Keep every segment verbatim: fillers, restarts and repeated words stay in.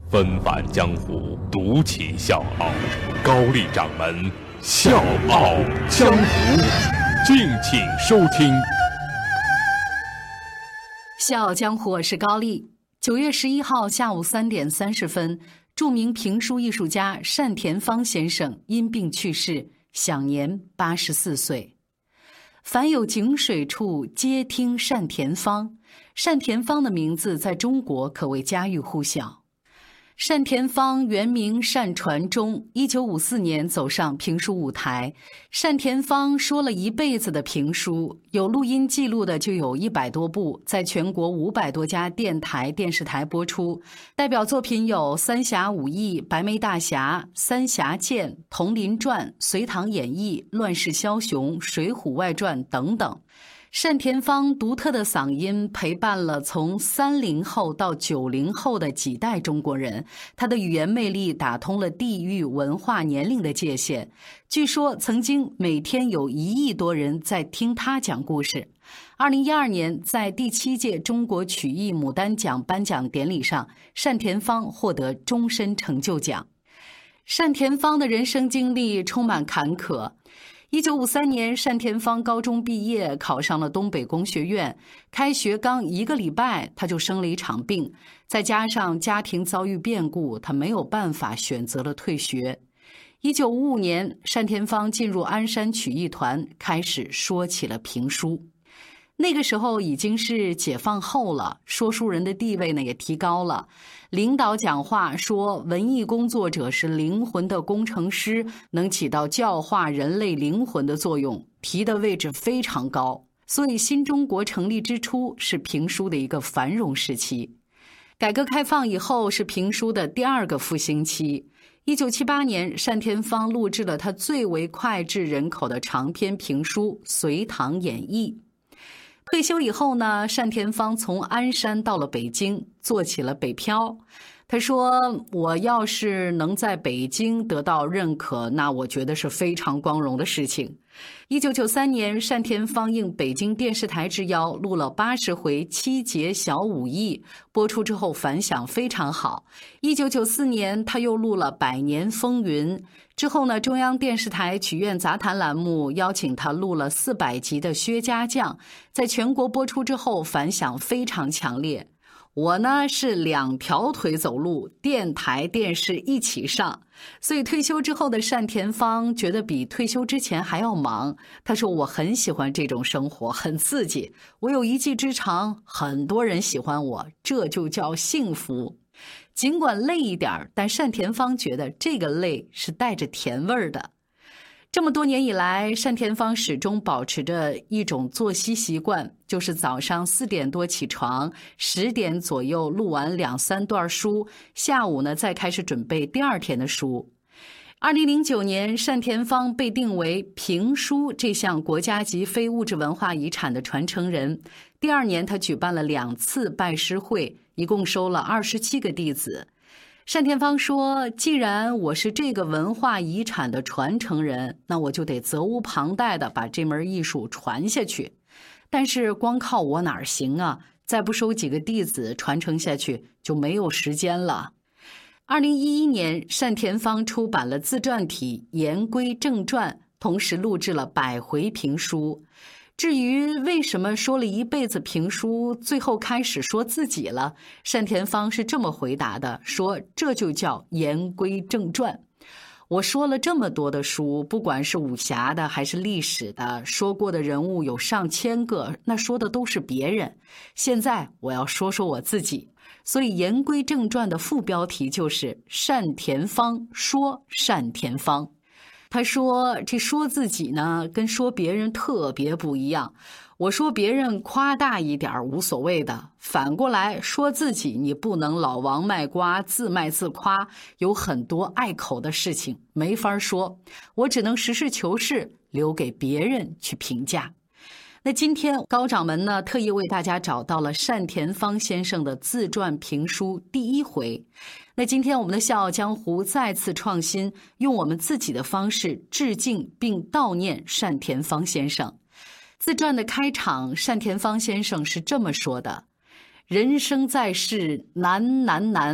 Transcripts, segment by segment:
纷返江湖，独起笑傲。高丽掌门笑傲江湖，敬请收听。 笑傲江湖，我是高丽。九月十一号下午三点三十分，著名评书艺术家单田芳先生因病去世，享年八十四岁。凡有井水处，皆听单田芳。单田芳的名字在中国可谓家喻户晓。单田芳原名单传忠，一九五四年走上评书舞台。单田芳说了一辈子的评书，有录音记录的就有一百多部，在全国五百多家电台、电视台播出。代表作品有《三侠五义》《白眉大侠》《三侠剑》《铜林传》《隋唐演义》《乱世枭雄》《水浒外传》等等。单田芳独特的嗓音陪伴了从三零后到九零后的几代中国人，他的语言魅力打通了地域、文化、年龄的界限。据说曾经每天有一亿多人在听他讲故事。二零一二年，在第七届中国曲艺牡丹奖颁奖典礼上，单田芳获得终身成就奖。单田芳的人生经历充满坎坷。一九五三年，单田芳高中毕业，考上了东北工学院。开学刚一个礼拜，他就生了一场病，再加上家庭遭遇变故，他没有办法，选择了退学。一九五五年，单田芳进入鞍山曲艺团，开始说起了评书。那个时候已经是解放后了，说书人的地位呢也提高了。领导讲话说，文艺工作者是灵魂的工程师，能起到教化人类灵魂的作用，提的位置非常高。所以新中国成立之初是评书的一个繁荣时期。改革开放以后是评书的第二个复兴期。一九七八年，单田芳录制了他最为脍炙人口的长篇评书《隋唐演义》。退休以后呢，单田芳从鞍山到了北京，做起了北漂。他说，我要是能在北京得到认可，那我觉得是非常光荣的事情。一九九三年，单田芳应北京电视台之邀，录了八十回七节小武艺，播出之后反响非常好。一九九四年，他又录了《百年风云》。之后呢，中央电视台曲苑杂谈栏目邀请他录了四百集的《薛家将》，在全国播出之后反响非常强烈。我呢是两条腿走路，电台电视一起上，所以退休之后的单田芳觉得比退休之前还要忙。他说，我很喜欢这种生活，很刺激，我有一技之长，很多人喜欢我，这就叫幸福。尽管累一点，但单田芳觉得这个累是带着甜味儿的。这么多年以来，单田芳始终保持着一种作息习惯，就是早上四点多起床，十点左右录完两三段书，下午呢再开始准备第二天的书。二零零九年，单田芳被定为评书这项国家级非物质文化遗产的传承人。第二年，他举办了两次拜师会，一共收了二十七个弟子。单田芳说，既然我是这个文化遗产的传承人，那我就得责无旁贷地把这门艺术传下去。但是光靠我哪儿行啊？再不收几个弟子传承下去，就没有时间了。二零一一年，单田芳出版了自传体《言归正传》，同时录制了百回评书。至于为什么说了一辈子评书，最后开始说自己了，单田芳是这么回答的，说这就叫言归正传。我说了这么多的书，不管是武侠的还是历史的，说过的人物有上千个，那说的都是别人。现在我要说说我自己，所以言归正传的副标题就是单田芳说单田芳。他说，这说自己呢，跟说别人特别不一样。我说别人夸大一点无所谓的，反过来说自己，你不能老王卖瓜，自卖自夸，有很多碍口的事情没法说，我只能实事求是，留给别人去评价。那今天高掌门呢，特意为大家找到了单田芳先生的自传评书第一回。那今天我们的笑傲江湖再次创新，用我们自己的方式致敬并悼念单田芳先生。自传的开场，单田芳先生是这么说的：人生在世难难难，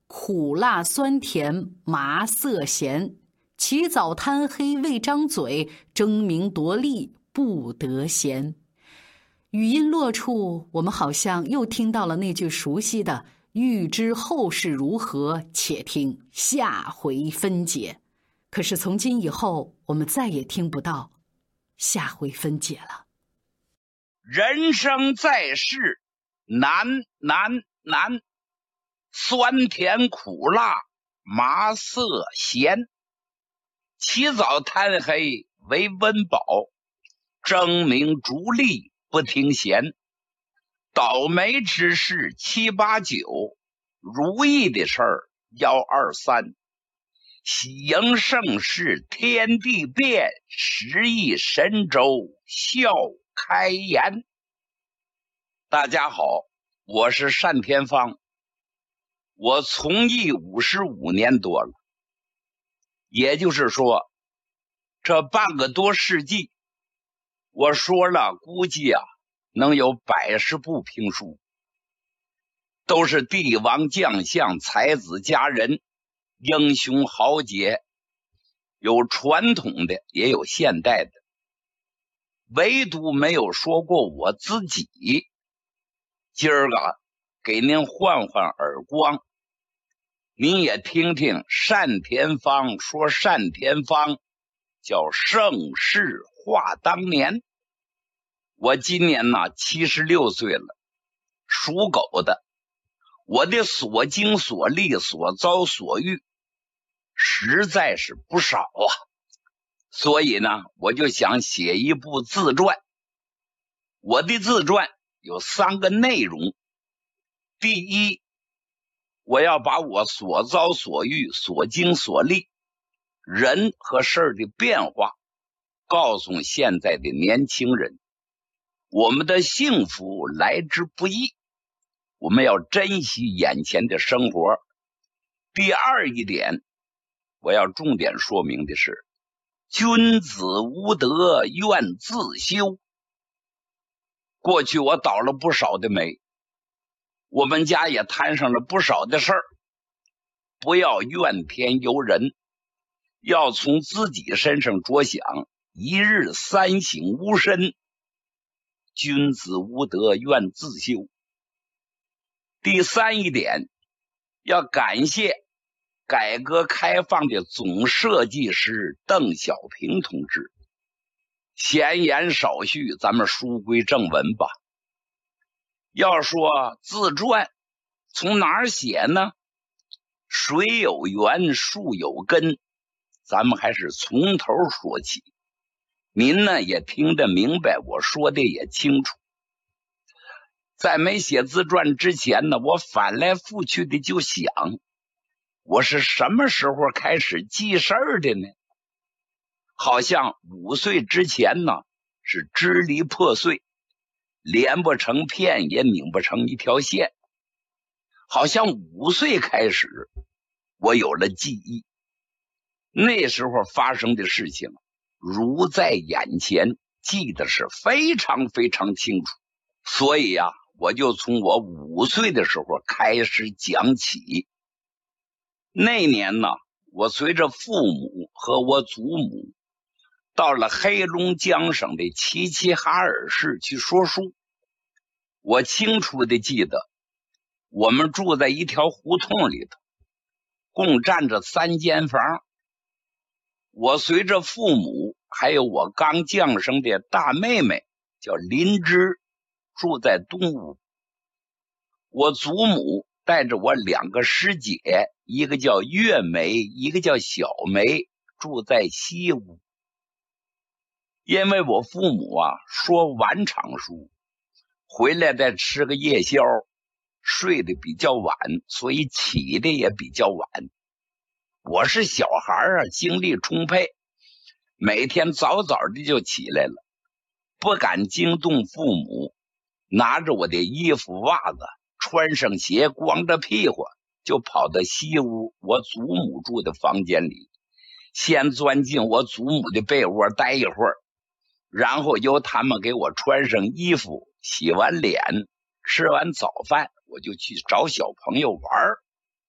苦辣酸甜麻涩咸，起早贪黑未张嘴，争名夺利不得闲。语音落处，我们好像又听到了那句熟悉的“欲知后事如何，且听下回分解”。可是从今以后，我们再也听不到下回分解了。 人生在世，难难难，酸甜苦辣麻涩咸，起早贪黑为温饱，争名逐利不听闲。倒霉之事七八九，如意的事儿幺二三。喜迎盛世天地变，时易神州笑开颜。大家好，我是单田芳，我从艺五十五年多了，也就是说，这半个多世纪，我说了估计啊能有百十部评书，都是帝王将相才子佳人，英雄豪杰，有传统的也有现代的，唯独没有说过我自己。今儿个给您换换耳光，您也听听单田芳说单田芳叫盛世话当年。我今年呢七十六岁了，属狗的，我的所经所历所遭所遇实在是不少啊，所以呢我就想写一部自传。我的自传有三个内容。第一，我要把我所遭所遇所经所历人和事儿的变化告诉现在的年轻人。我们的幸福来之不易，我们要珍惜眼前的生活。第二一点，我要重点说明的是，君子无德愿自修。过去我倒了不少的霉，我们家也摊上了不少的事儿，不要怨天尤人，要从自己身上着想，一日三省吾身，君子无德愿自修。第三一点，要感谢改革开放的总设计师邓小平同志。闲言少叙，咱们书归正文吧。要说自传从哪儿写呢？水有源，树有根，咱们还是从头说起。您呢也听得明白，我说的也清楚。在没写自传之前呢，我翻来覆去的就想，我是什么时候开始记事儿的呢？好像五岁之前呢是支离破碎，连不成片也拧不成一条线。好像五岁开始我有了记忆，那时候发生的事情如在眼前，记得是非常非常清楚。所以啊，我就从我五岁的时候开始讲起。那年呢，我随着父母和我祖母到了黑龙江省的齐齐哈尔市去说书。我清楚地记得，我们住在一条胡同里头，共占着三间房。我随着父母还有我刚降生的大妹妹叫林芝住在东屋，我祖母带着我两个师姐，一个叫月梅，一个叫小梅，住在西屋。因为我父母啊说晚场书，回来再吃个夜宵，睡得比较晚，所以起的也比较晚。我是小孩啊，精力充沛，每天早早的就起来了，不敢惊动父母，拿着我的衣服袜子，穿上鞋，光着屁股就跑到西屋我祖母住的房间里，先钻进我祖母的被窝待一会儿，然后由他们给我穿上衣服，洗完脸，吃完早饭，我就去找小朋友玩。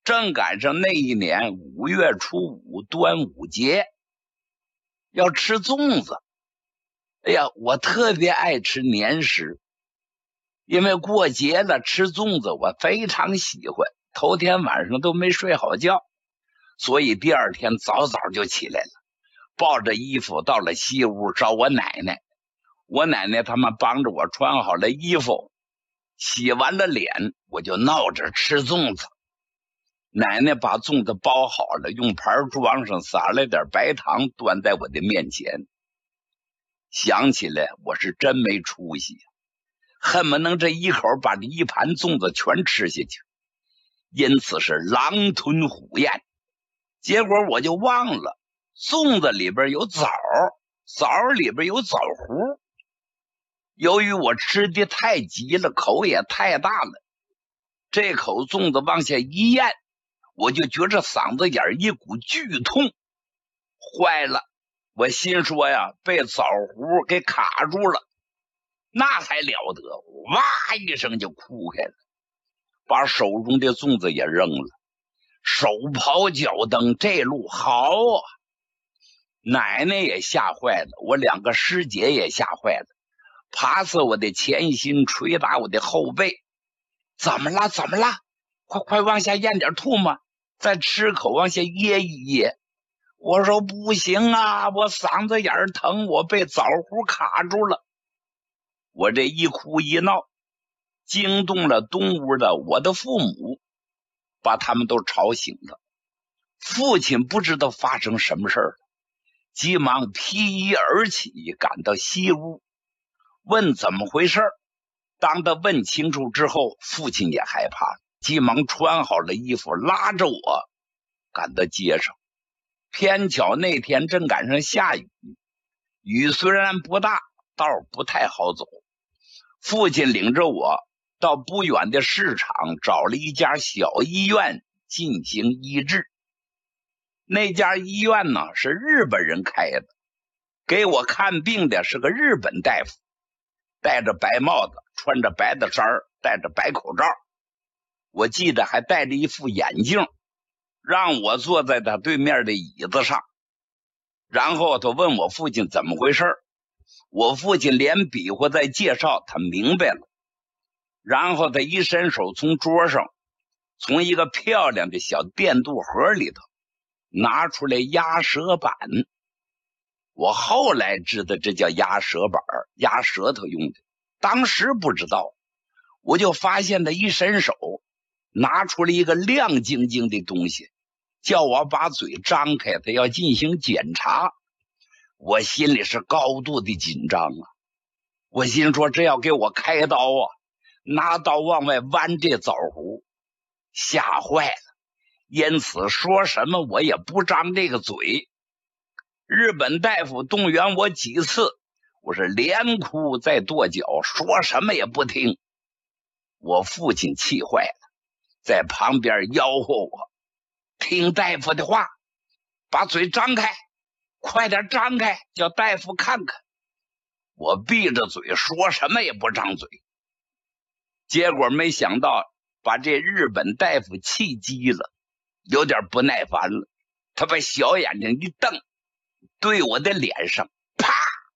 正赶上那一年五月初五端午节，要吃粽子。哎呀，我特别爱吃年食，因为过节了吃粽子我非常喜欢，头天晚上都没睡好觉，所以第二天早早就起来了，抱着衣服到了西屋找我奶奶。我奶奶他们帮着我穿好了衣服，洗完了脸，我就闹着吃粽子。奶奶把粽子包好了，用盘装上，撒了点白糖，端在我的面前。想起来我是真没出息，恨不能这一口把这一盘粽子全吃下去，因此是狼吞虎咽。结果我就忘了粽子里边有枣，枣里边有枣核。由于我吃的太急了，口也太大了，这口粽子往下一咽，我就觉着嗓子眼一股剧痛。坏了，我心说呀，被枣核给卡住了，那还了得，哇一声就哭开了，把手中的粽子也扔了，手刨脚蹬，这路好啊！奶奶也吓坏了，我两个师姐也吓坏了，爬死我的前心，捶打我的后背。怎么了怎么了，快快往下咽点吐沫，再吃口往下噎一噎。我说不行啊，我嗓子眼疼，我被枣核卡住了。我这一哭一闹，惊动了东屋的我的父母，把他们都吵醒了。父亲不知道发生什么事了，急忙披衣而起，赶到西屋，问怎么回事。当他问清楚之后，父亲也害怕了，急忙穿好了衣服，拉着我赶到街上。偏巧那天正赶上下雨，雨虽然不大，道不太好走。父亲领着我到不远的市场找了一家小医院进行医治。那家医院呢是日本人开的，给我看病的是个日本大夫，戴着白帽子，穿着白的衫，戴着白口罩，我记得还戴着一副眼镜，让我坐在他对面的椅子上。然后他问我父亲怎么回事，我父亲连比划再介绍，他明白了。然后他一伸手，从桌上从一个漂亮的小电镀盒里头拿出来压舌板。我后来知道这叫压舌板，压舌头用的，当时不知道。我就发现他一伸手拿出了一个亮晶晶的东西，叫我把嘴张开，他要进行检查。我心里是高度的紧张啊，我心说这要给我开刀啊，拿刀往外剜这枣核，吓坏了，因此说什么我也不张这个嘴。日本大夫动员我几次，我是连哭再跺脚，说什么也不听。我父亲气坏了，在旁边吆喝我，听大夫的话，把嘴张开，快点张开，叫大夫看看。我闭着嘴，说什么也不张嘴。结果没想到把这日本大夫气急了，有点不耐烦了，他把小眼睛一瞪，对我的脸上啪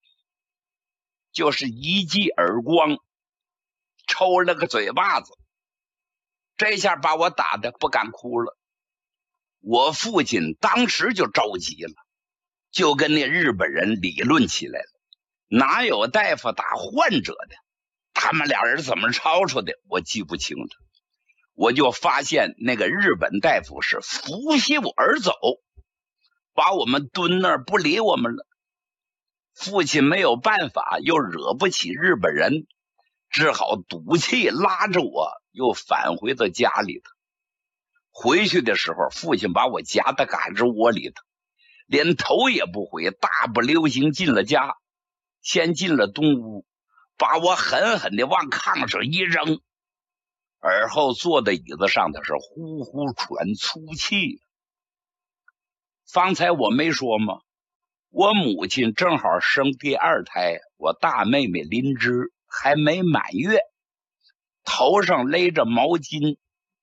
就是一记耳光，抽了个嘴巴子。这下把我打得不敢哭了。我父亲当时就着急了，就跟那日本人理论起来了，哪有大夫打患者的，他们俩人怎么吵吵的我记不清了。我就发现那个日本大夫是拂袖而走，把我们蹲那儿不理我们了。父亲没有办法，又惹不起日本人，只好赌气拉着我又返回到家里头。回去的时候，父亲把我夹在嘎吱窝里头，连头也不回，大步流星进了家，先进了东屋，把我狠狠地往炕上一扔，而后坐在椅子上，他是呼呼喘粗气。方才我没说吗？我母亲正好生第二胎，我大妹妹林芝还没满月，头上勒着毛巾，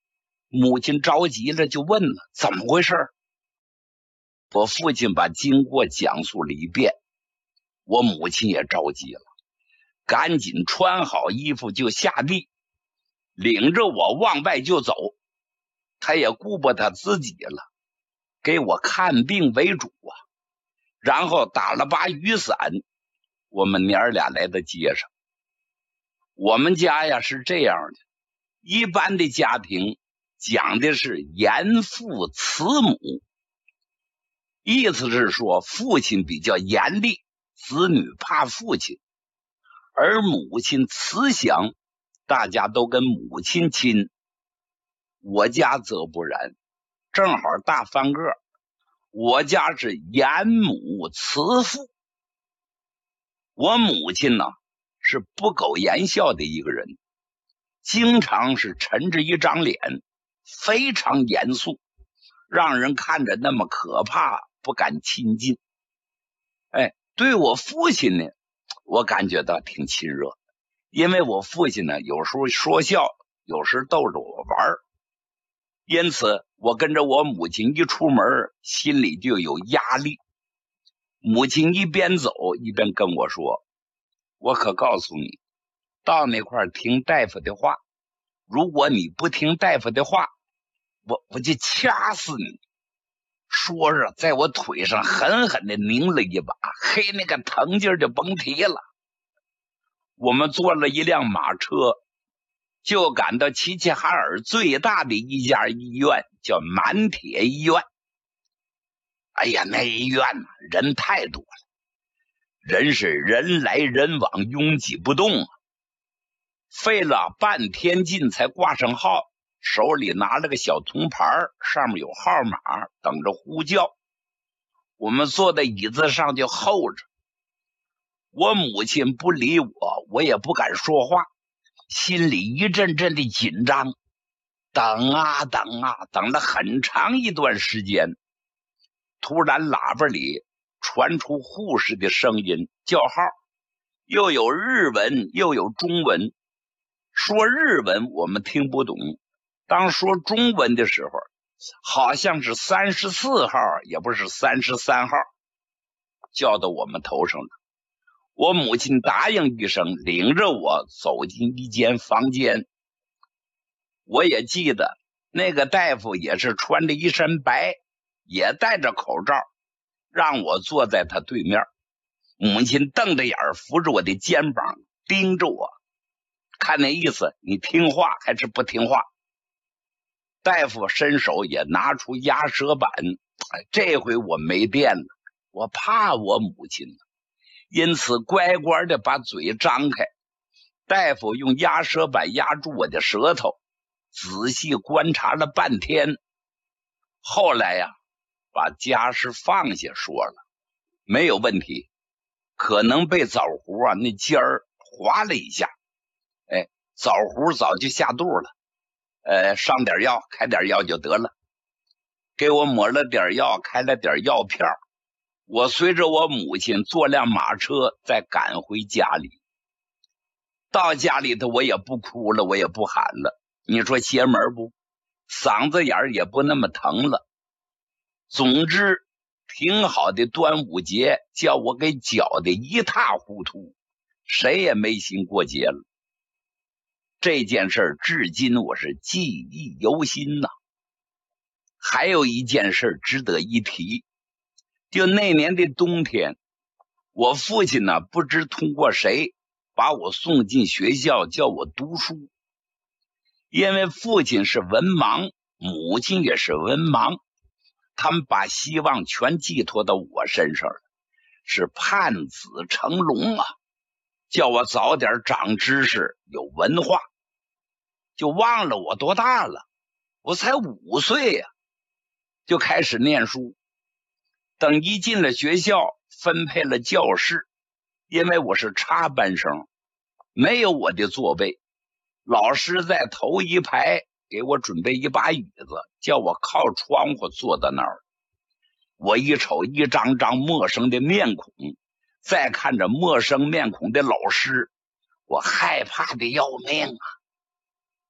母亲着急了，就问了怎么回事。我父亲把经过讲述了一遍，我母亲也着急了，赶紧穿好衣服就下地，领着我往外就走。他也顾不他自己了，给我看病为主啊。然后打了把雨伞，我们娘儿俩来到街上。我们家呀是这样的，一般的家庭讲的是严父慈母，意思是说父亲比较严厉，子女怕父亲，而母亲慈祥，大家都跟母亲亲。我家则不然，正好大翻个，我家是严母慈父。我母亲呢是不苟言笑的一个人，经常是沉着一张脸，非常严肃，让人看着那么可怕，不敢亲近。哎，对我父亲呢，我感觉到挺亲热，因为我父亲呢有时候说笑，有时逗着我玩，因此我跟着我母亲一出门，心里就有压力。母亲一边走一边跟我说，我可告诉你，到那块听大夫的话，如果你不听大夫的话，我我就掐死你。说着在我腿上狠狠地拧了一把，嘿，那个疼劲儿就甭提了。我们坐了一辆马车，就赶到齐齐哈尔最大的一家医院，叫满铁医院。哎呀，那医院呢，人太多了，人是人来人往，拥挤不动啊。费了半天劲才挂上号，手里拿了个小铜牌，上面有号码，等着呼叫。我们坐在椅子上就候着。我母亲不理我，我也不敢说话，心里一阵阵的紧张。等啊等啊，等了很长一段时间，突然喇叭里传出护士的声音，叫号，又有日文又有中文。说日文我们听不懂，当说中文的时候，好像是三十四号，也不是三十三号，叫到我们头上了。我母亲答应一声，领着我走进一间房间。我也记得那个大夫也是穿着一身白，也戴着口罩，让我坐在他对面。母亲瞪着眼扶着我的肩膀，盯着我，看那意思，你听话还是不听话。大夫伸手也拿出压舌板，这回我没电了，我怕我母亲了，因此乖乖的把嘴张开。大夫用压舌板压住我的舌头，仔细观察了半天。后来呀，把家事放下说了，没有问题，可能被枣核啊那尖儿划了一下。哎，枣核早就下肚了，呃，上点药，开点药就得了。给我抹了点药，开了点药片。我随着我母亲坐辆马车再赶回家里。到家里头我也不哭了，我也不喊了，你说邪门不？嗓子眼儿也不那么疼了。总之挺好的端午节叫我给搅得一塌糊涂，谁也没心过节了。这件事至今我是记忆犹新呐。还有一件事值得一提，就那年的冬天，我父亲呢不知通过谁把我送进学校叫我读书。因为父亲是文盲，母亲也是文盲，他们把希望全寄托到我身上了，是盼子成龙啊，叫我早点长知识，有文化。就忘了我多大了，我才五岁呀、啊，就开始念书。等一进了学校，分配了教室，因为我是插班生，没有我的座位，老师在头一排给我准备一把椅子，叫我靠窗户坐在那儿。我一瞅一张张陌生的面孔，再看着陌生面孔的老师，我害怕的要命啊！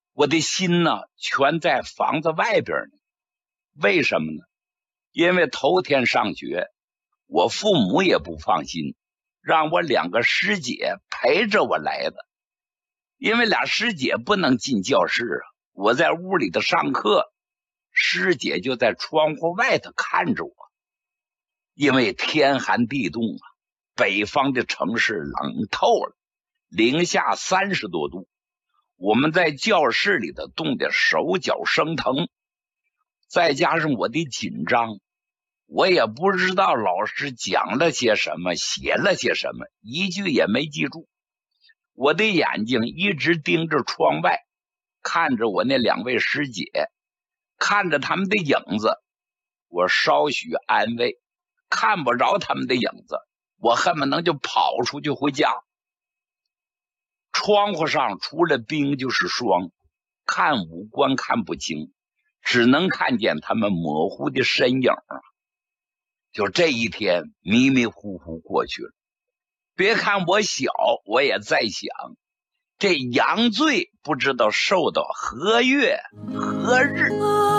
我的心呢全在房子外边呢。为什么呢？因为头天上学，我父母也不放心，让我两个师姐陪着我来的。因为俩师姐不能进教室啊，我在屋里头上课，师姐就在窗户外头看着我。因为天寒地冻啊，北方的城市冷透了，零下三十多度，我们在教室里头冻得手脚生疼，再加上我的紧张，我也不知道老师讲了些什么，写了些什么，一句也没记住。我的眼睛一直盯着窗外，看着我那两位师姐，看着他们的影子，我稍许安慰。看不着他们的影子，我恨不能就跑出去回家。窗户上除了冰就是霜，看五官看不清，只能看见他们模糊的身影啊。就这一天迷迷糊糊过去了。别看我小，我也在想，这阳罪不知道受到何月何日。